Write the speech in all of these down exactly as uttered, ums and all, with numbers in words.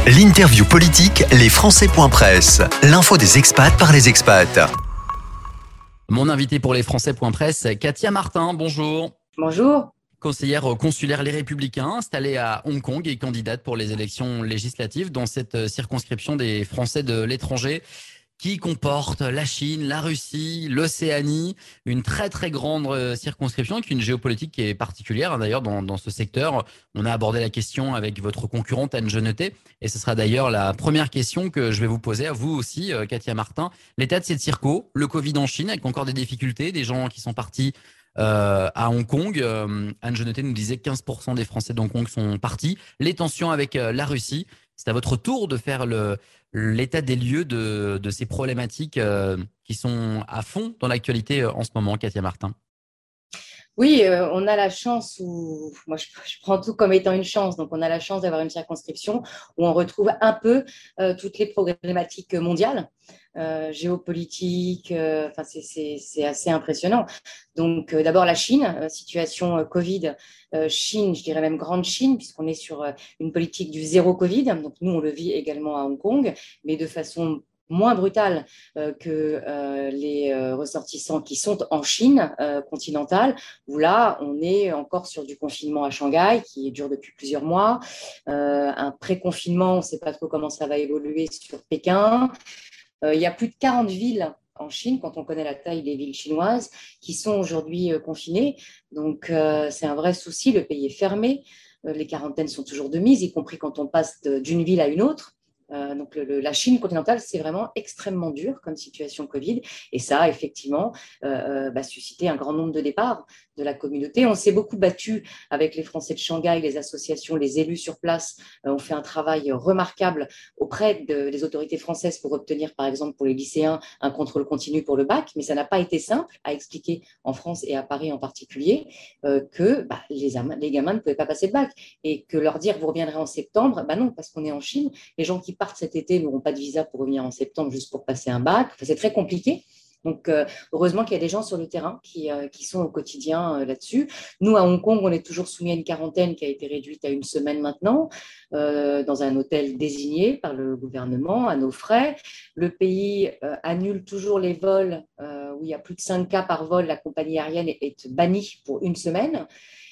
L'interview politique, les Français.presse. L'info des expats par les expats. Mon invité pour les Français.presse, Katia Martin, bonjour. Bonjour. Conseillère consulaire Les Républicains, installée à Hong Kong et candidate pour les élections législatives dans cette circonscription des Français de l'étranger qui comporte la Chine, la Russie, l'Océanie, une très très grande circonscription avec une géopolitique qui est particulière. D'ailleurs, dans, dans ce secteur, on a abordé la question avec votre concurrente Anne Genetet et ce sera d'ailleurs la première question que je vais vous poser à vous aussi, Katia Martin. L'état de cette circo, le Covid en Chine avec encore des difficultés, des gens qui sont partis Euh, à Hong Kong. Euh, Anne Genetet nous disait que quinze pour cent des Français d'Hong Kong sont partis. Les tensions avec euh, la Russie. C'est à votre tour de faire le, l'état des lieux de, de ces problématiques euh, qui sont à fond dans l'actualité euh, en ce moment, Katia Martin. Oui, euh, on a la chance, où, moi je, je prends tout comme étant une chance, donc on a la chance d'avoir une circonscription où on retrouve un peu euh, toutes les problématiques mondiales, euh, géopolitiques, euh, enfin c'est, c'est, c'est assez impressionnant. Donc euh, d'abord la Chine, euh, situation euh, Covid, euh, Chine, je dirais même grande Chine, puisqu'on est sur euh, une politique du zéro Covid, donc nous on le vit également à Hong Kong, mais de façon moins brutale euh, que euh, les euh, ressortissants qui sont en Chine euh, continentale, où là, on est encore sur du confinement à Shanghai, qui dure depuis plusieurs mois, euh, un pré-confinement, on ne sait pas trop comment ça va évoluer sur Pékin. Euh, il y a plus de quarante villes en Chine, quand on connaît la taille des villes chinoises, qui sont aujourd'hui euh, confinées. Donc, euh, c'est un vrai souci, le pays est fermé, euh, les quarantaines sont toujours de mise, y compris quand on passe de, d'une ville à une autre. Euh, donc le, le, la Chine continentale, c'est vraiment extrêmement dur comme situation Covid et ça a effectivement euh, bah, suscité un grand nombre de départs de la communauté. On s'est beaucoup battu avec les Français de Shanghai, les associations, les élus sur place. Euh, on fait un travail remarquable auprès de, des autorités françaises pour obtenir, par exemple, pour les lycéens, un contrôle continu pour le bac, mais ça n'a pas été simple à expliquer en France et à Paris en particulier euh, que bah, les, les gamins ne pouvaient pas passer le bac et que leur dire vous reviendrez en septembre, bah non, parce qu'on est en Chine, les gens qui partent cet été n'auront pas de visa pour revenir en septembre juste pour passer un bac. Enfin, c'est très compliqué. Donc, euh, heureusement qu'il y a des gens sur le terrain qui, euh, qui sont au quotidien euh, là-dessus. Nous, à Hong Kong, on est toujours soumis à une quarantaine qui a été réduite à une semaine maintenant, euh, dans un hôtel désigné par le gouvernement, à nos frais. Le pays euh, annule toujours les vols euh, où il y a plus de cinq cas par vol. La compagnie aérienne est, est bannie pour une semaine.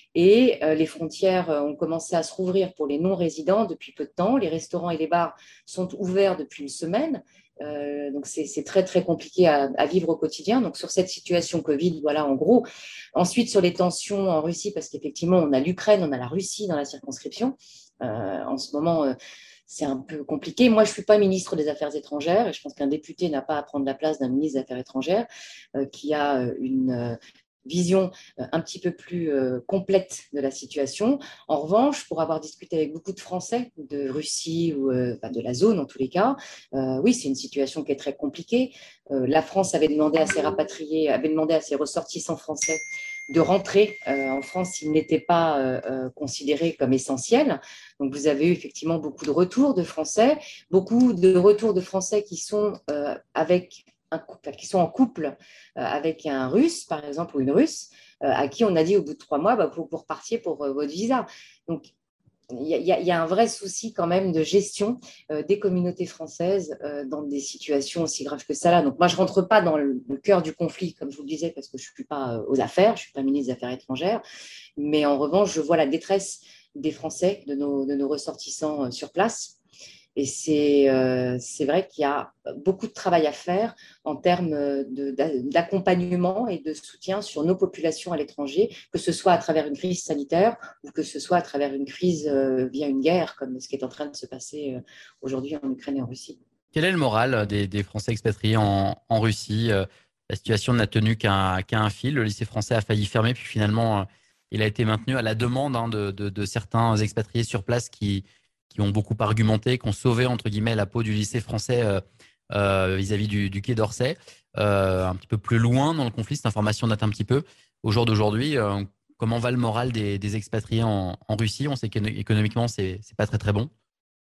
Et euh, les frontières ont commencé à se rouvrir pour les non-résidents depuis peu de temps. Les restaurants et les bars sont ouverts depuis une semaine. Euh, donc, c'est, c'est très, très compliqué à, à vivre au quotidien. Donc, sur cette situation Covid, voilà, en gros. Ensuite, sur les tensions en Russie, parce qu'effectivement, on a l'Ukraine, on a la Russie dans la circonscription. Euh, en ce moment, euh, c'est un peu compliqué. Moi, je ne suis pas ministre des Affaires étrangères et je pense qu'un député n'a pas à prendre la place d'un ministre des Affaires étrangères euh, qui a une... Euh, vision un petit peu plus euh, complète de la situation. En revanche, pour avoir discuté avec beaucoup de Français de Russie ou euh, enfin, de la zone en tous les cas, euh, oui, c'est une situation qui est très compliquée. Euh, la France avait demandé à ses rapatriés, avait demandé à ses ressortissants français de rentrer euh, en France s'ils n'étaient pas euh, euh, considérés comme essentiels. Donc, vous avez eu effectivement beaucoup de retours de Français, beaucoup de retours de Français qui sont euh, avec Un, qui sont en couple euh, avec un Russe, par exemple, ou une Russe, euh, à qui on a dit au bout de trois mois, bah, vous, vous repartiez pour euh, votre visa. Donc, il y, y, y a un vrai souci quand même de gestion euh, des communautés françaises euh, dans des situations aussi graves que ça là. Donc, moi, je ne rentre pas dans le, le cœur du conflit, comme je vous le disais, parce que je ne suis pas euh, aux affaires, je ne suis pas ministre des Affaires étrangères. Mais en revanche, je vois la détresse des Français, de nos, de nos ressortissants euh, sur place. Et c'est, euh, c'est vrai qu'il y a beaucoup de travail à faire en termes de, d'accompagnement et de soutien sur nos populations à l'étranger, que ce soit à travers une crise sanitaire ou que ce soit à travers une crise euh, via une guerre, comme ce qui est en train de se passer euh, aujourd'hui en Ukraine et en Russie. Quel est le moral des, des Français expatriés en, en Russie ? La situation n'a tenu qu'à, qu'à un fil. Le lycée français a failli fermer, puis finalement, il a été maintenu à la demande hein, de, de, de certains expatriés sur place qui qui ont beaucoup argumenté, qui ont sauvé, entre guillemets, la peau du lycée français euh, euh, vis-à-vis du, du Quai d'Orsay. Euh, un petit peu plus loin dans le conflit, cette information date un petit peu. Au jour d'aujourd'hui, euh, comment va le moral des, des expatriés en, en Russie ? On sait qu'économiquement, c'est, c'est pas très très bon.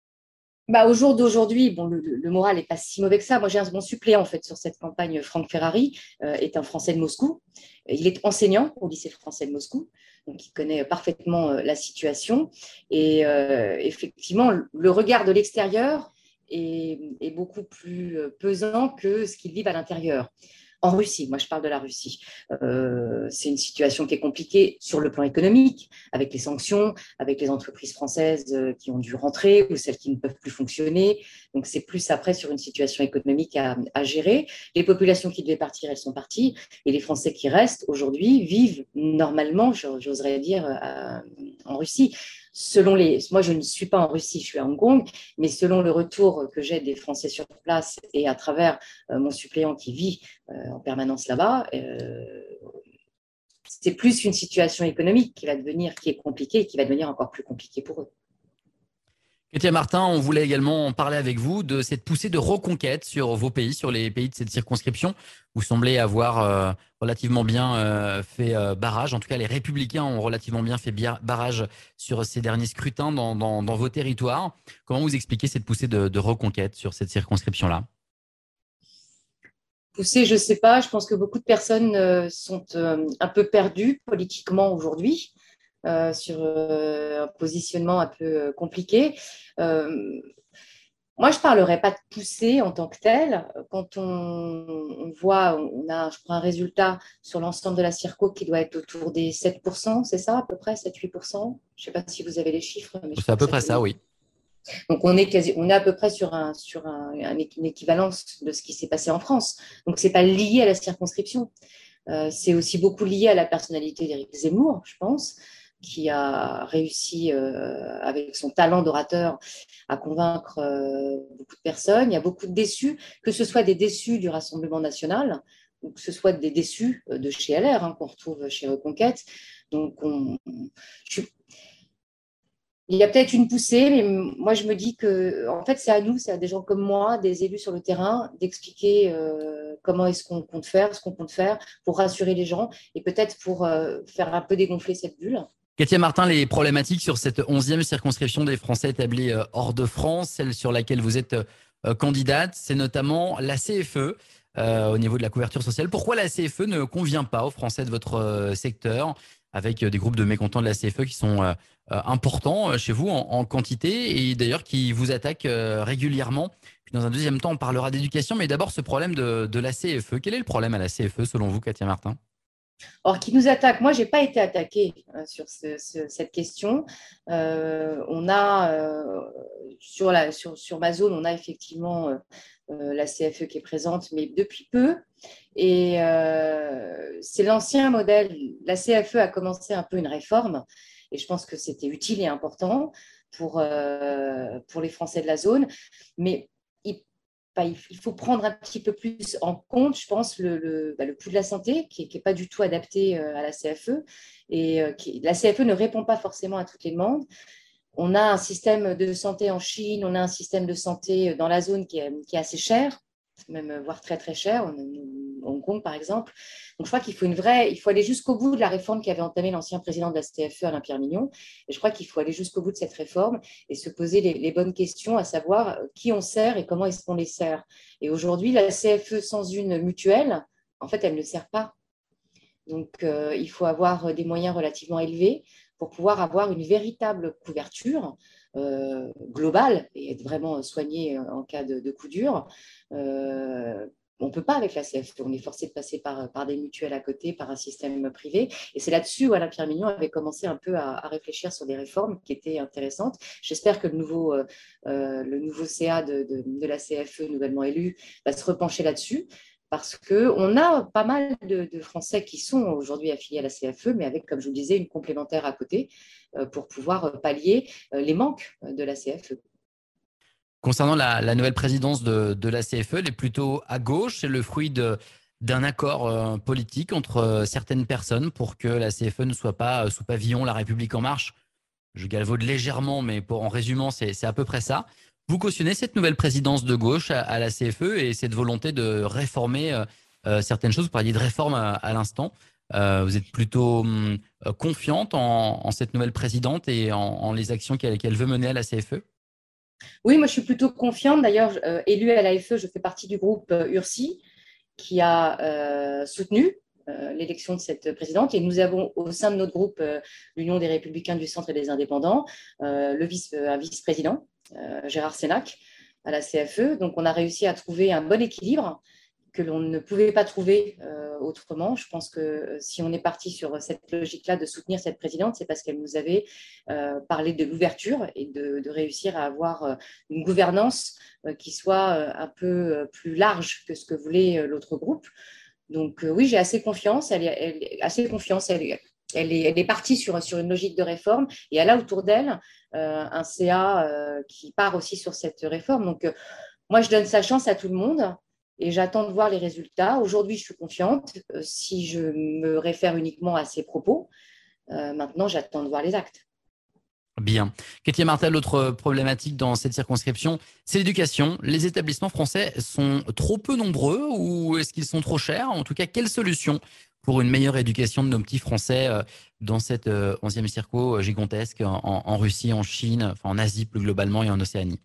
Bah, au jour d'aujourd'hui, bon, le, le moral n'est pas si mauvais que ça. Moi, j'ai un bon suppléant en fait sur cette campagne. Franck Ferrari euh, est un Français de Moscou. Il est enseignant au lycée français de Moscou. donc il connaît parfaitement la situation. Et euh, effectivement, le regard de l'extérieur est, est beaucoup plus pesant que ce qu'ils vivent à l'intérieur. En Russie, moi je parle de la Russie, euh, c'est une situation qui est compliquée sur le plan économique, avec les sanctions, avec les entreprises françaises qui ont dû rentrer ou celles qui ne peuvent plus fonctionner. Donc c'est plus après sur une situation économique à, à gérer. Les populations qui devaient partir, elles sont parties, et les Français qui restent aujourd'hui vivent normalement, j'oserais dire, à, en Russie. Selon les, moi, je ne suis pas en Russie, je suis à Hong Kong, mais selon le retour que j'ai des Français sur place et à travers euh, mon suppléant qui vit euh, en permanence là-bas, euh, c'est plus une situation économique qui va devenir, qui est compliquée et qui va devenir encore plus compliquée pour eux. Katia Martin, on voulait également parler avec vous de cette poussée de reconquête sur vos pays, sur les pays de cette circonscription. Vous semblez avoir euh, relativement bien euh, fait euh, barrage. En tout cas, les Républicains ont relativement bien fait barrage sur ces derniers scrutins dans, dans, dans vos territoires. Comment vous expliquez cette poussée de, de reconquête sur cette circonscription-là? Poussée, je ne sais pas. Je pense que beaucoup de personnes euh, sont euh, un peu perdues politiquement aujourd'hui. Euh, sur euh, un positionnement un peu euh, compliqué. Euh, moi, je ne parlerai pas de poussée en tant que telle. Quand on, on voit, on a, je prends un résultat sur l'ensemble de la circo qui doit être autour des sept pour cent, c'est ça à peu près, sept à huit pour cent. Je ne sais pas si vous avez les chiffres. Mais c'est à peu près ça, oui. Donc, on est, quasi, on est à peu près sur, un, sur un, une équivalence de ce qui s'est passé en France. Donc, ce n'est pas lié à la circonscription. Euh, c'est aussi beaucoup lié à la personnalité d'Éric Zemmour, je pense, qui a réussi, euh, avec son talent d'orateur, à convaincre euh, beaucoup de personnes. Il y a beaucoup de déçus, que ce soit des déçus du Rassemblement national ou que ce soit des déçus de chez L R, hein, qu'on retrouve chez Reconquête. Donc, on, je, il y a peut-être une poussée, mais moi, je me dis que, en fait, c'est à nous, c'est à des gens comme moi, des élus sur le terrain, d'expliquer euh, comment est-ce qu'on compte faire, ce qu'on compte faire pour rassurer les gens et peut-être pour euh, faire un peu dégonfler cette bulle. Katia Martin, les problématiques sur cette onzième circonscription des Français établis hors de France, celle sur laquelle vous êtes candidate, c'est notamment la C F E euh, au niveau de la couverture sociale. Pourquoi la C F E ne convient pas aux Français de votre secteur, avec des groupes de mécontents de la C F E qui sont euh, importants chez vous en, en quantité et d'ailleurs qui vous attaquent euh, régulièrement? Puis dans un deuxième temps, on parlera d'éducation, mais d'abord ce problème de, de la C F E. Quel est le problème à la C F E selon vous, Katia Martin? Or, qui nous attaque, moi, je n'ai pas été attaquée euh, sur ce, ce, cette question. Euh, on a, euh, sur, la, sur, sur ma zone, on a effectivement euh, la C F E qui est présente, mais depuis peu. Et euh, c'est l'ancien modèle. La C F E a commencé un peu une réforme, et je pense que c'était utile et important pour, euh, pour les Français de la zone. Mais il faut prendre un petit peu plus en compte, je pense, le, le, bah, le coût de la santé, qui n'est pas du tout adapté à la C F E. Et euh, qui, la C F E ne répond pas forcément à toutes les demandes. On a un système de santé en Chine, on a un système de santé dans la zone qui est, qui est assez cher, même voire très très cher, en Hong Kong par exemple. Donc je crois qu'il faut une vraie, il faut aller jusqu'au bout de la réforme qu'avait entamée l'ancien président de la C F E, Alain Pierre Mignon. Et je crois qu'il faut aller jusqu'au bout de cette réforme et se poser les, les bonnes questions, à savoir qui on sert et comment est-ce qu'on les sert. Et aujourd'hui, la C F E sans une mutuelle, en fait, elle ne sert pas. Donc euh, il faut avoir des moyens relativement élevés pour pouvoir avoir une véritable couverture euh, globale et être vraiment soigné en cas de, de coup dur. Euh, on ne peut pas avec la C F E, on est forcé de passer par, par des mutuelles à côté, par un système privé. Et c'est là-dessus où Alain Pierre Mignon avait commencé un peu à, à réfléchir sur des réformes qui étaient intéressantes. J'espère que le nouveau, euh, le nouveau C A de, de, de la C F E nouvellement élu va se repencher là-dessus. Parce qu'on a pas mal de, de Français qui sont aujourd'hui affiliés à la C F E, mais avec, comme je vous le disais, une complémentaire à côté euh, pour pouvoir pallier euh, les manques de la C F E. Concernant la, la nouvelle présidence de, de la C F E, elle est plutôt à gauche. C'est le fruit de, d'un accord euh, politique entre euh, certaines personnes pour que la C F E ne soit pas euh, sous pavillon La République En Marche. Je galvaude légèrement, mais pour, en résumant, c'est, c'est à peu près ça. Vous cautionnez cette nouvelle présidence de gauche à, à la C F E et cette volonté de réformer euh, euh, certaines choses. Vous parliez de réforme à, à l'instant. Euh, vous êtes plutôt hum, confiante en, en cette nouvelle présidente et en, en les actions qu'elle, qu'elle veut mener à la C F E? Oui, moi je suis plutôt confiante. D'ailleurs, euh, élue à l'A F E, je fais partie du groupe euh, Ursi qui a euh, soutenu euh, l'élection de cette présidente. Et nous avons au sein de notre groupe, euh, l'Union des Républicains du Centre et des Indépendants, euh, le vice, un vice-président, euh, Gérard Sénac, à la C F E. Donc, on a réussi à trouver un bon équilibre que l'on ne pouvait pas trouver euh, autrement. Je pense que si on est parti sur cette logique-là de soutenir cette présidente, c'est parce qu'elle nous avait euh, parlé de l'ouverture et de, de réussir à avoir euh, une gouvernance euh, qui soit euh, un peu euh, plus large que ce que voulait euh, l'autre groupe. Donc euh, oui, j'ai assez confiance. Elle est, elle est assez confiance. Elle est, elle est, elle est partie sur, sur une logique de réforme et elle a autour d'elle euh, un C A euh, qui part aussi sur cette réforme. Donc euh, moi, je donne sa chance à tout le monde. Et j'attends de voir les résultats. Aujourd'hui, je suis confiante euh, si je me réfère uniquement à ces propos. Euh, maintenant, j'attends de voir les actes. Bien. Katia Martel, l'autre problématique dans cette circonscription, c'est l'éducation. Les établissements français sont trop peu nombreux ou est-ce qu'ils sont trop chers? En tout cas, quelle solution pour une meilleure éducation de nos petits Français euh, dans cette euh, onzième circo gigantesque en, en Russie, en Chine, enfin en Asie plus globalement et en Océanie?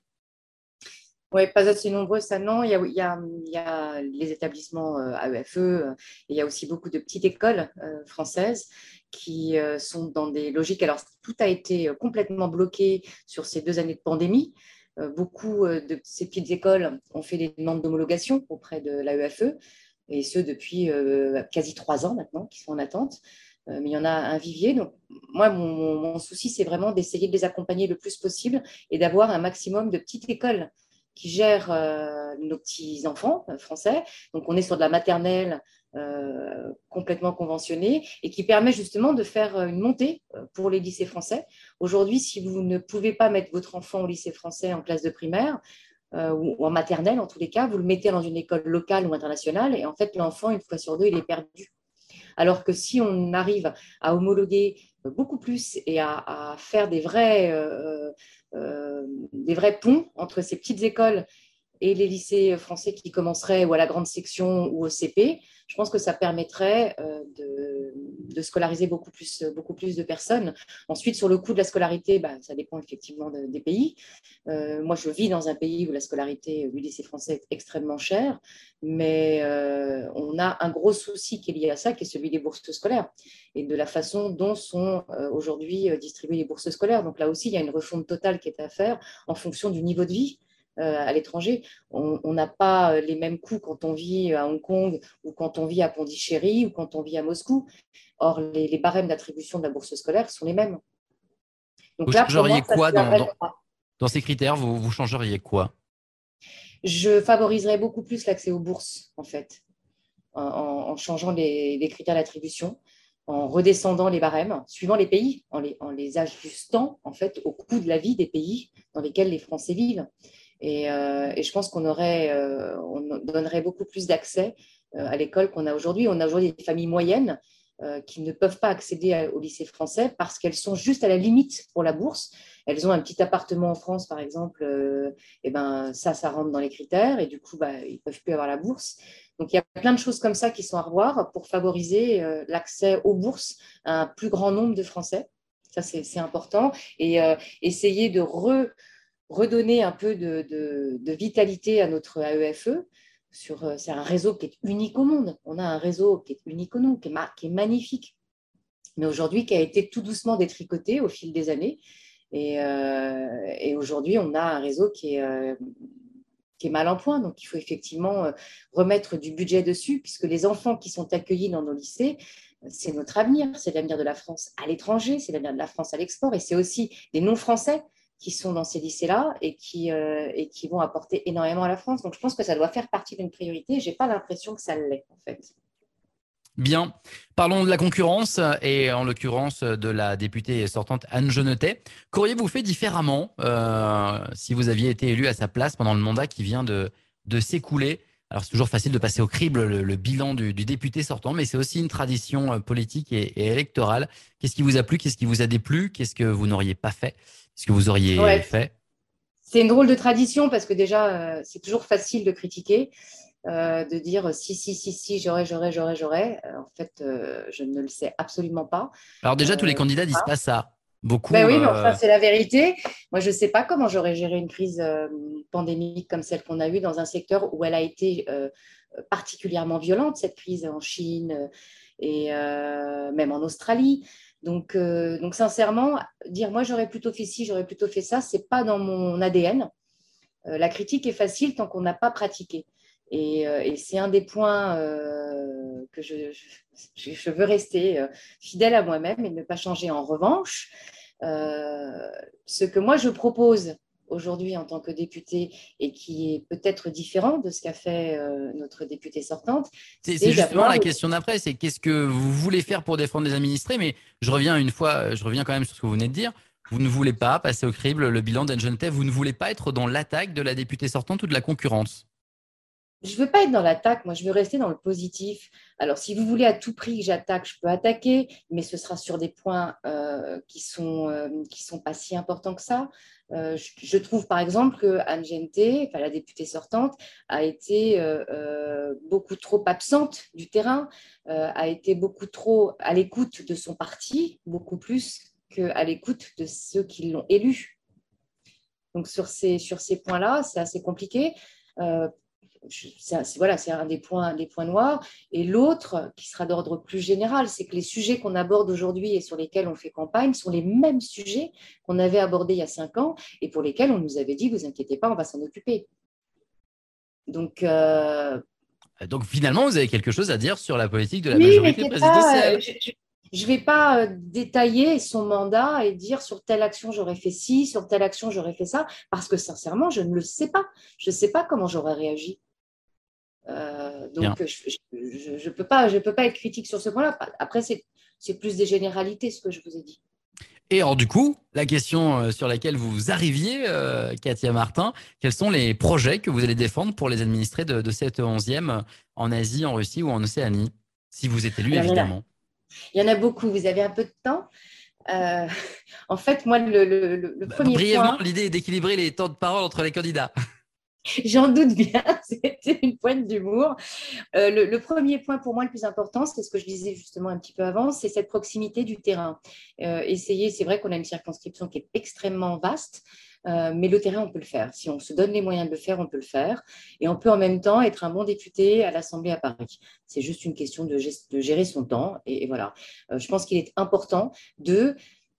Oui, pas assez nombreux, ça non. Il y a, il y a, il y a les établissements euh, A E F E, euh, et il y a aussi beaucoup de petites écoles euh, françaises qui euh, sont dans des logiques. Alors, tout a été euh, complètement bloqué sur ces deux années de pandémie. Euh, beaucoup euh, de ces petites écoles ont fait des demandes d'homologation auprès de l'A E F E, et ce depuis euh, quasi trois ans maintenant, qui sont en attente. Euh, mais il y en a un vivier. Donc, moi, mon, mon, mon souci, c'est vraiment d'essayer de les accompagner le plus possible et d'avoir un maximum de petites écoles qui gère euh, nos petits-enfants euh, français. Donc, on est sur de la maternelle euh, complètement conventionnée et qui permet justement de faire une montée pour les lycées français. Aujourd'hui, si vous ne pouvez pas mettre votre enfant au lycée français en classe de primaire, euh, ou, ou en maternelle, en tous les cas, vous le mettez dans une école locale ou internationale et en fait, l'enfant, une fois sur deux, il est perdu. Alors que si on arrive à homologuer beaucoup plus et à, à faire des vrais, euh, euh, des vrais ponts entre ces petites écoles et les lycées français qui commenceraient ou à la grande section ou au C P, je pense que ça permettrait euh, de, de scolariser beaucoup plus, beaucoup plus de personnes. Ensuite, sur le coût de la scolarité, bah, ça dépend effectivement de, des pays. Euh, moi, je vis dans un pays où la scolarité du lycée français est extrêmement chère, mais euh, on a un gros souci qui est lié à ça, qui est celui des bourses scolaires et de la façon dont sont euh, aujourd'hui distribuées les bourses scolaires. Donc là aussi, il y a une refonte totale qui est à faire en fonction du niveau de vie. Euh, à l'étranger. On n'a pas les mêmes coûts quand on vit à Hong Kong ou quand on vit à Pondichéry ou quand on vit à Moscou. Or, les, les barèmes d'attribution de la bourse scolaire sont les mêmes. Donc vous là, changeriez moi, quoi dans, dans, dans ces critères, vous, vous changeriez quoi? Je favoriserais beaucoup plus l'accès aux bourses, en fait, en, en changeant les, les critères d'attribution, en redescendant les barèmes, suivant les pays, en les, en les ajustant en fait, au coût de la vie des pays dans lesquels les Français vivent. Et, euh, et je pense qu'on aurait, euh, on donnerait beaucoup plus d'accès euh, à l'école qu'on a aujourd'hui. On a aujourd'hui des familles moyennes euh, qui ne peuvent pas accéder à, au lycée français parce qu'elles sont juste à la limite pour la bourse. Elles ont un petit appartement en France, par exemple, euh, et ben ça, ça rentre dans les critères et du coup, bah, ils ne peuvent plus avoir la bourse. Donc, il y a plein de choses comme ça qui sont à revoir pour favoriser euh, l'accès aux bourses à un plus grand nombre de Français. Ça, c'est, c'est important. Et euh, essayer de re redonner un peu de, de, de vitalité à notre A E F E. Sur, c'est un réseau qui est unique au monde. On a un réseau qui est unique au monde, qui est, qui est magnifique, mais aujourd'hui qui a été tout doucement détricoté au fil des années. Et, euh, et aujourd'hui, on a un réseau qui est, euh, qui est mal en point. Donc, il faut effectivement remettre du budget dessus, puisque les enfants qui sont accueillis dans nos lycées, c'est notre avenir. C'est l'avenir de la France à l'étranger, c'est l'avenir de la France à l'export, et c'est aussi des non-français qui sont dans ces lycées-là et qui, euh, et qui vont apporter énormément à la France. Donc, je pense que ça doit faire partie d'une priorité. Je n'ai pas l'impression que ça l'est, en fait. Bien. Parlons de la concurrence et en l'occurrence de la députée sortante Anne Genetet. Qu'auriez-vous fait différemment euh, si vous aviez été élu à sa place pendant le mandat qui vient de, de s'écouler? Alors, c'est toujours facile de passer au crible le, le bilan du, du député sortant, mais c'est aussi une tradition politique et, et électorale. Qu'est-ce qui vous a plu? Qu'est-ce qui vous a déplu? Qu'est-ce que vous n'auriez pas fait? Qu'est-ce que vous auriez ouais, fait? C'est une drôle de tradition parce que déjà, euh, c'est toujours facile de critiquer, euh, de dire si, si, si, si, j'aurais, j'aurais, j'aurais, j'aurais. Euh, en fait, euh, je ne le sais absolument pas. Alors déjà, euh, tous les candidats disent pas ça. Beaucoup. Ben oui, mais enfin, c'est la vérité. Moi, je ne sais pas comment j'aurais géré une crise euh, pandémique comme celle qu'on a eue dans un secteur où elle a été euh, particulièrement violente, cette crise en Chine et euh, même en Australie. Donc, euh, donc sincèrement, dire moi j'aurais plutôt fait ci, j'aurais plutôt fait ça, c'est pas dans mon A D N. Euh, la critique est facile tant qu'on n'a pas pratiqué. Et, euh, et c'est un des points euh, que je, je, je, veux rester euh, fidèle à moi-même et ne pas changer. En revanche, euh, ce que moi je propose aujourd'hui en tant que députée et qui est peut-être différent de ce qu'a fait euh, notre députée sortante. C'est, c'est justement la question d'après, c'est qu'est-ce que vous voulez faire pour défendre les administrés? Mais je reviens une fois, je reviens quand même sur ce que vous venez de dire. Vous ne voulez pas passer au crible le bilan d'Engentev, vous ne voulez pas être dans l'attaque de la députée sortante ou de la concurrence? Je ne veux pas être dans l'attaque, moi je veux rester dans le positif. Alors si vous voulez à tout prix que j'attaque, je peux attaquer, mais ce sera sur des points euh, qui ne sont, euh, qui sont pas si importants que ça. Euh, je, je trouve par exemple que Anne Gente, enfin, la députée sortante, a été euh, euh, beaucoup trop absente du terrain, euh, a été beaucoup trop à l'écoute de son parti, beaucoup plus qu'à l'écoute de ceux qui l'ont élue. Donc sur ces, sur ces points-là, c'est assez compliqué. Euh, C'est, c'est, voilà, c'est un des points, des points noirs. Et l'autre, qui sera d'ordre plus général, c'est que les sujets qu'on aborde aujourd'hui et sur lesquels on fait campagne sont les mêmes sujets qu'on avait abordés il y a cinq ans et pour lesquels on nous avait dit, vous inquiétez pas, on va s'en occuper. Donc, euh... Donc finalement, vous avez quelque chose à dire sur la politique de la oui, majorité mais présidentielle. Pas, je ne vais pas détailler son mandat et dire sur telle action j'aurais fait ci, sur telle action j'aurais fait ça, parce que sincèrement, je ne le sais pas. Je ne sais pas comment j'aurais réagi. Euh, donc, Bien. je ne peux pas, je peux pas être critique sur ce point-là. Après, c'est, c'est plus des généralités, ce que je vous ai dit. Et alors, du coup, la question sur laquelle vous arriviez, euh, Katia Martin, quels sont les projets que vous allez défendre pour les administrés de, de cette onzième en Asie, en Russie ou en Océanie, si vous êtes élu, alors, évidemment? Il y en a beaucoup. Vous avez un peu de temps? euh, En fait, moi, le, le, le bah, premier brièvement, point… l'idée est d'équilibrer les temps de parole entre les candidats. J'en doute bien, c'était une pointe d'humour. Euh, le, le premier point pour moi le plus important, c'est ce que je disais justement un petit peu avant, c'est cette proximité du terrain. Euh, essayer, c'est vrai qu'on a une circonscription qui est extrêmement vaste, euh, mais le terrain, on peut le faire. Si on se donne les moyens de le faire, on peut le faire. Et on peut en même temps être un bon député à l'Assemblée à Paris. C'est juste une question de, de gérer son temps. Et, et voilà. Euh, je pense qu'il est important de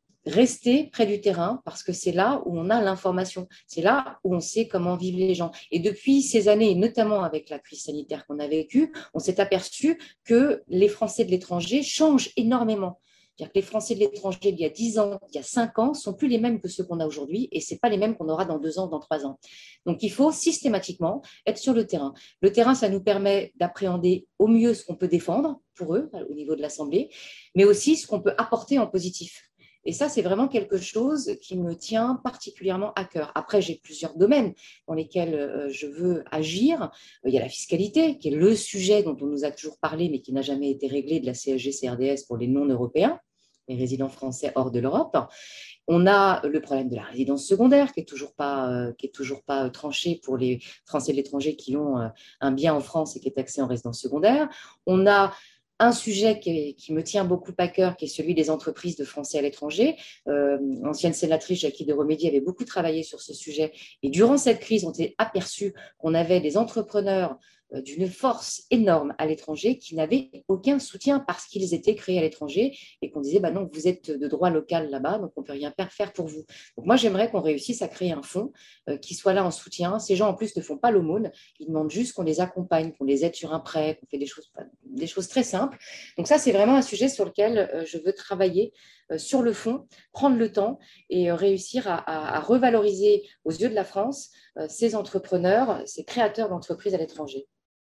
rester près du terrain parce que c'est là où on a l'information, c'est là où on sait comment vivent les gens. Et depuis ces années, et notamment avec la crise sanitaire qu'on a vécue, on s'est aperçu que les Français de l'étranger changent énormément. C'est-à-dire que les Français de l'étranger il y a dix ans, il y a cinq ans, ne sont plus les mêmes que ceux qu'on a aujourd'hui et ce n'est pas les mêmes qu'on aura dans deux ans, dans trois ans. Donc, il faut systématiquement être sur le terrain. Le terrain, ça nous permet d'appréhender au mieux ce qu'on peut défendre pour eux au niveau de l'Assemblée, mais aussi ce qu'on peut apporter en positif. Et ça, c'est vraiment quelque chose qui me tient particulièrement à cœur. Après, j'ai plusieurs domaines dans lesquels je veux agir. Il y a la fiscalité, qui est le sujet dont on nous a toujours parlé, mais qui n'a jamais été réglé de la C S G C R D S pour les non-européens, les résidents français hors de l'Europe. On a le problème de la résidence secondaire, qui n'est toujours pas, qui est toujours pas tranché pour les Français de l'étranger qui ont un bien en France et qui est taxé en résidence secondaire. On a un sujet qui, est, qui me tient beaucoup à cœur, qui est celui des entreprises de Français à l'étranger. Euh, l'ancienne sénatrice Jacky de Romédy avait beaucoup travaillé sur ce sujet. Et durant cette crise, on s'est aperçu qu'on avait des entrepreneurs euh, d'une force énorme à l'étranger qui n'avaient aucun soutien parce qu'ils étaient créés à l'étranger et qu'on disait, bah non, vous êtes de droit local là-bas, donc on ne peut rien faire pour vous. Donc moi, j'aimerais qu'on réussisse à créer un fonds euh, qui soit là en soutien. Ces gens, en plus, ne font pas l'aumône. Ils demandent juste qu'on les accompagne, qu'on les aide sur un prêt, qu'on fait des choses, des choses très simples. Donc ça, c'est vraiment un sujet sur lequel euh, je veux travailler euh, sur le fond, prendre le temps et euh, réussir à, à, à revaloriser aux yeux de la France euh, ces entrepreneurs, ces créateurs d'entreprises à l'étranger.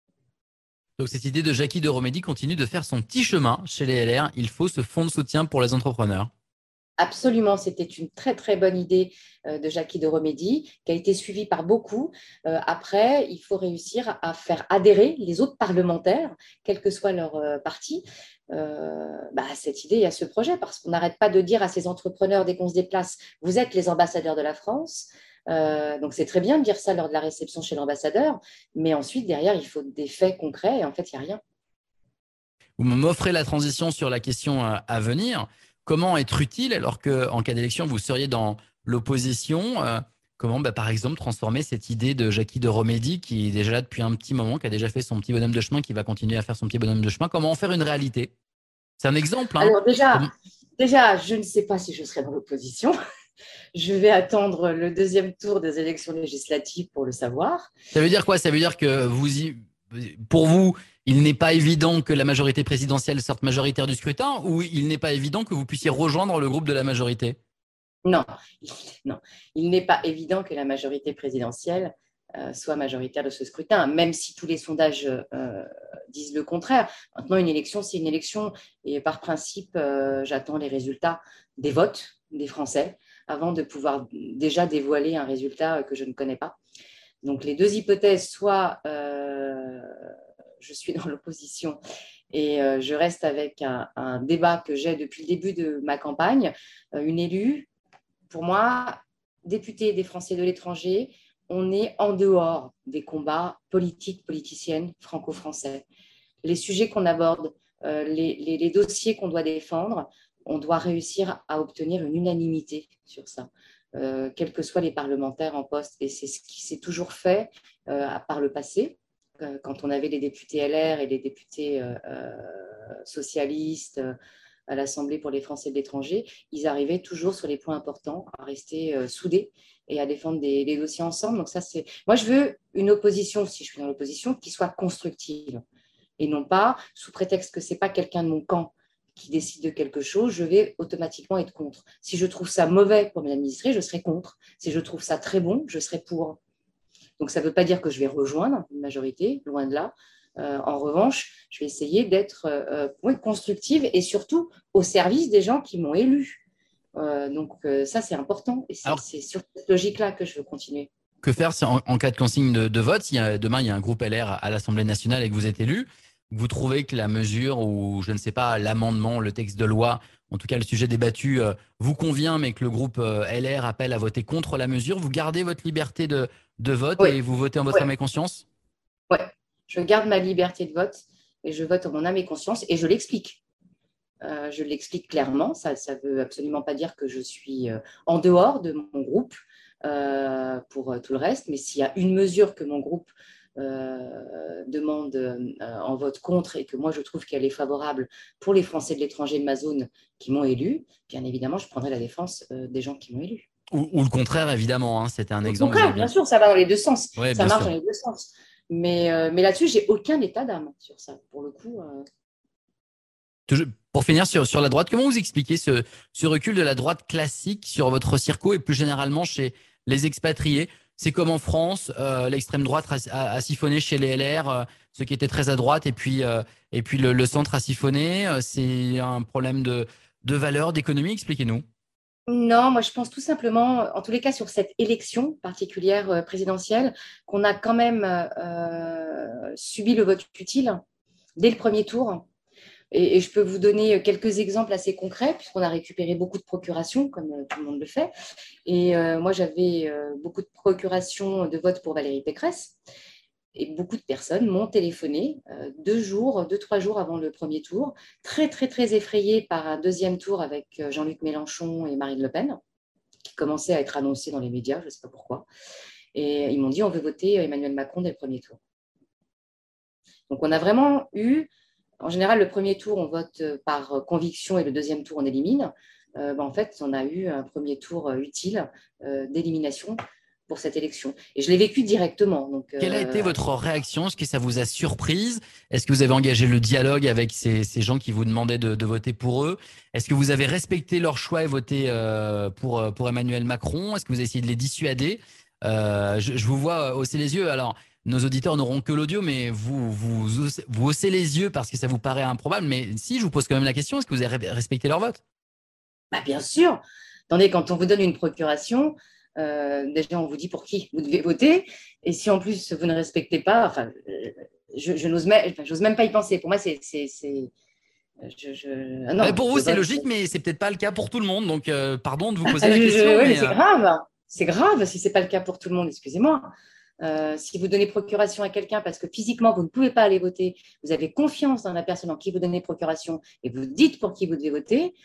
Donc cette idée de Jacky de Romédy continue de faire son petit chemin chez les L R. Il faut ce fonds de soutien pour les entrepreneurs. Absolument, c'était une très très bonne idée de Jacky de Romédy qui a été suivie par beaucoup. Euh, après, il faut réussir à faire adhérer les autres parlementaires, quel que soit leur euh, parti, euh, bah, à cette idée et à ce projet, parce qu'on n'arrête pas de dire à ces entrepreneurs dès qu'on se déplace, vous êtes les ambassadeurs de la France. Euh, donc c'est très bien de dire ça lors de la réception chez l'ambassadeur, mais ensuite derrière il faut des faits concrets et en fait il n'y a rien. Vous m'offrez la transition sur la question à venir. Comment être utile alors qu'en cas d'élection, vous seriez dans l'opposition? euh, Comment, bah, par exemple, transformer cette idée de Jacky de Romédy, qui est déjà là depuis un petit moment, qui a déjà fait son petit bonhomme de chemin, qui va continuer à faire son petit bonhomme de chemin? Comment en faire une réalité? C'est un exemple. Hein. Alors déjà, Comme... déjà, je ne sais pas si je serai dans l'opposition. Je vais attendre le deuxième tour des élections législatives pour le savoir. Ça veut dire quoi? Ça veut dire que vous y... pour vous, il n'est pas évident que la majorité présidentielle sorte majoritaire du scrutin ou il n'est pas évident que vous puissiez rejoindre le groupe de la majorité? Non, non. Il n'est pas évident que la majorité présidentielle euh, soit majoritaire de ce scrutin, même si tous les sondages euh, disent le contraire. Maintenant, une élection, c'est une élection et par principe, euh, j'attends les résultats des votes des Français avant de pouvoir déjà dévoiler un résultat que je ne connais pas. Donc, les deux hypothèses, soit euh, je suis dans l'opposition et euh, je reste avec un, un débat que j'ai depuis le début de ma campagne, euh, une élue. Pour moi, députés des Français de l'étranger, on est en dehors des combats politiques, politiciennes, franco-français. Les sujets qu'on aborde, euh, les, les, les dossiers qu'on doit défendre, on doit réussir à obtenir une unanimité sur ça, euh, quels que soient les parlementaires en poste. Et c'est ce qui s'est toujours fait euh, par le passé, euh, quand on avait les députés L R et les députés euh, euh, socialistes euh, à l'Assemblée pour les Français de l'étranger, ils arrivaient toujours sur les points importants à rester euh, soudés et à défendre des, des dossiers ensemble. Donc ça, c'est... Moi, je veux une opposition, si je suis dans l'opposition, qui soit constructive et non pas sous prétexte que ce n'est pas quelqu'un de mon camp qui décide de quelque chose, je vais automatiquement être contre. Si je trouve ça mauvais pour mes administrés, je serai contre. Si je trouve ça très bon, je serai pour. Donc ça ne veut pas dire que je vais rejoindre une majorité, loin de là. Euh, en revanche, je vais essayer d'être euh, oui, constructive et surtout au service des gens qui m'ont élu. Euh, donc euh, ça, c'est important. Et c'est, Alors, c'est sur cette logique-là que je veux continuer. Que faire en, en cas de consigne de, de vote? Si euh, demain, il y a un groupe L R à l'Assemblée nationale et que vous êtes élu, vous trouvez que la mesure ou, je ne sais pas, l'amendement, le texte de loi, en tout cas le sujet débattu, euh, vous convient, mais que le groupe euh, L R appelle à voter contre la mesure, vous gardez votre liberté de, de vote oui. et vous votez en votre oui. âme et conscience? Oui, je garde ma liberté de vote et je vote en mon âme et conscience et je l'explique. Euh, je l'explique clairement. Ça ne veut absolument pas dire que je suis euh, en dehors de mon groupe euh, pour euh, tout le reste, mais s'il y a une mesure que mon groupe Euh, demande euh, en vote contre et que moi je trouve qu'elle est favorable pour les Français de l'étranger de ma zone qui m'ont élu, bien évidemment je prendrai la défense euh, des gens qui m'ont élu. Ou, ou le contraire évidemment, hein. C'était un Au exemple. Contraire, bien sûr, ça va dans les deux sens. Ouais, ça marche sûr. dans les deux sens. Mais, euh, mais là-dessus, j'ai aucun état d'âme sur ça. Pour le coup. Euh... Pour finir sur, sur la droite, comment vous expliquez ce, ce recul de la droite classique sur votre circo et plus généralement chez les expatriés? C'est comme en France, euh, l'extrême droite a, a, a siphonné chez les L R, euh, ceux qui étaient très à droite, et puis, euh, et puis le, le centre a siphonné. Euh, c'est un problème de, de valeur, d'économie. Expliquez-nous. Non, moi je pense tout simplement, en tous les cas sur cette élection particulière euh, présidentielle, qu'on a quand même euh, subi le vote utile dès le premier tour. Et, et je peux vous donner quelques exemples assez concrets, puisqu'on a récupéré beaucoup de procurations, comme euh, tout le monde le fait. Et euh, moi, j'avais euh, beaucoup de procurations de vote pour Valérie Pécresse. Et beaucoup de personnes m'ont téléphoné euh, deux jours, deux, trois jours avant le premier tour, très, très, très effrayées par un deuxième tour avec Jean-Luc Mélenchon et Marine Le Pen, qui commençait à être annoncé dans les médias, je ne sais pas pourquoi. Et ils m'ont dit, on veut voter Emmanuel Macron dès le premier tour. Donc, on a vraiment eu... En général, le premier tour, on vote par conviction et le deuxième tour, on élimine. Euh, ben, en fait, on a eu un premier tour utile euh, d'élimination pour cette élection. Et je l'ai vécu directement. Donc, Quelle a euh... été votre réaction? Est-ce que ça vous a surprise? Est-ce que vous avez engagé le dialogue avec ces, ces gens qui vous demandaient de, de voter pour eux? Est-ce que vous avez respecté leur choix et voté euh, pour, pour Emmanuel Macron? Est-ce que vous avez essayé de les dissuader? euh, je, je vous vois hausser les yeux. Alors, nos auditeurs n'auront que l'audio, mais vous, vous, vous haussez les yeux parce que ça vous paraît improbable. Mais si, je vous pose quand même la question, est-ce que vous avez respecté leur vote? Bah, bien sûr. Attendez, quand on vous donne une procuration, euh, déjà, on vous dit pour qui vous devez voter. Et si en plus, vous ne respectez pas, enfin, je, je n'ose même, enfin, j'ose même pas y penser. Pour moi, c'est... c'est, c'est je, je... Ah non, pour vous, c'est vote, logique, c'est... mais c'est peut-être pas le cas pour tout le monde. Donc, euh, pardon de vous poser la je, question. Je, mais, ouais, mais c'est euh... grave. C'est grave si ce n'est pas le cas pour tout le monde, excusez-moi. Euh, si vous donnez procuration à quelqu'un parce que physiquement, vous ne pouvez pas aller voter, vous avez confiance dans la personne en qui vous donnez procuration et vous dites pour qui vous devez voter,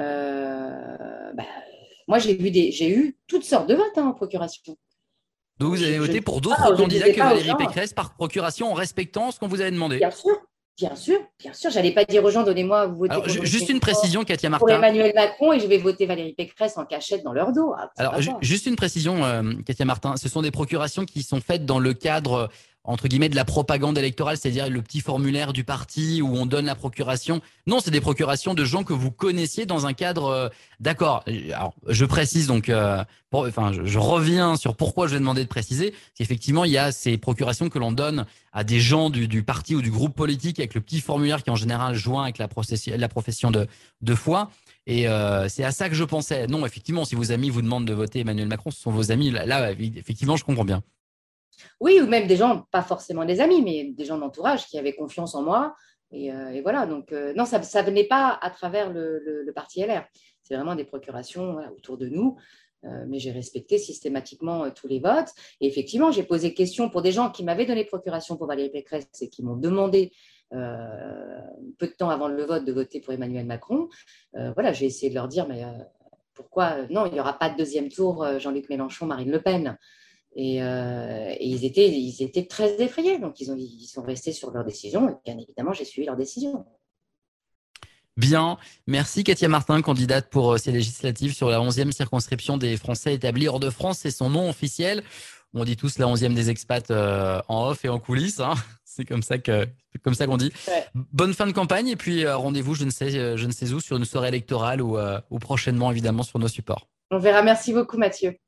euh, bah, moi, j'ai eu, des, j'ai eu toutes sortes de votes hein, en procuration. Donc, vous avez je, voté je pour d'autres candidats que Valérie gens. Pécresse par procuration en respectant ce qu'on vous avait demandé? Bien sûr, Bien sûr, bien sûr. J'allais pas dire aux gens, donnez-moi, vous votez Alors, pour ju- Jean-Luc juste une Mélenchon, précision, Katia pour Martin. Emmanuel Macron et je vais voter Valérie Pécresse en cachette dans leur dos. Ah, ça Alors, va ju- pas. juste une précision, euh, Katia Martin. Ce sont des procurations qui sont faites dans le cadre, euh, entre guillemets, de la propagande électorale, c'est-à-dire le petit formulaire du parti où on donne la procuration. Non, c'est des procurations de gens que vous connaissiez dans un cadre euh, d'accord. Alors, je précise donc, euh, pour- enfin, je, je reviens sur pourquoi je vais demander de préciser. C'est qu'effectivement, il y a ces procurations que l'on donne à des gens du, du parti ou du groupe politique avec le petit formulaire qui, en général, joint avec la, procession- la profession de, de foi. Et euh, c'est à ça que je pensais. Non, effectivement, si vos amis vous demandent de voter Emmanuel Macron, ce sont vos amis. Là, là, effectivement, je comprends bien. Oui, ou même des gens, pas forcément des amis, mais des gens d'entourage qui avaient confiance en moi. Et, euh, et voilà, donc euh, non, ça ne venait pas à travers le, le- le parti L R. C'est vraiment des procurations voilà, autour de nous. Euh, mais j'ai respecté systématiquement euh, tous les votes. Et effectivement, j'ai posé question pour des gens qui m'avaient donné procuration pour Valérie Pécresse et qui m'ont demandé, euh, peu de temps avant le vote, de voter pour Emmanuel Macron. Euh, voilà, j'ai essayé de leur dire, mais euh, pourquoi euh, non, il n'y aura pas de deuxième tour, euh, Jean-Luc Mélenchon, Marine Le Pen. Et, euh, et ils, étaient, ils étaient très effrayés, donc ils, ont, ils sont restés sur leur décision, et bien évidemment, j'ai suivi leur décision. Bien. Merci, Katia Martin, candidate pour euh, ces législatives sur la onzième circonscription des Français établis hors de France. C'est son nom officiel. On dit tous la onzième des expats euh, en off et en coulisses, hein. C'est comme ça que, c'est comme ça qu'on dit. Ouais. Bonne fin de campagne et puis euh, rendez-vous, je ne sais, euh, je ne sais où, sur une soirée électorale ou, euh, ou prochainement, évidemment, sur nos supports. On verra. Merci beaucoup, Mathieu.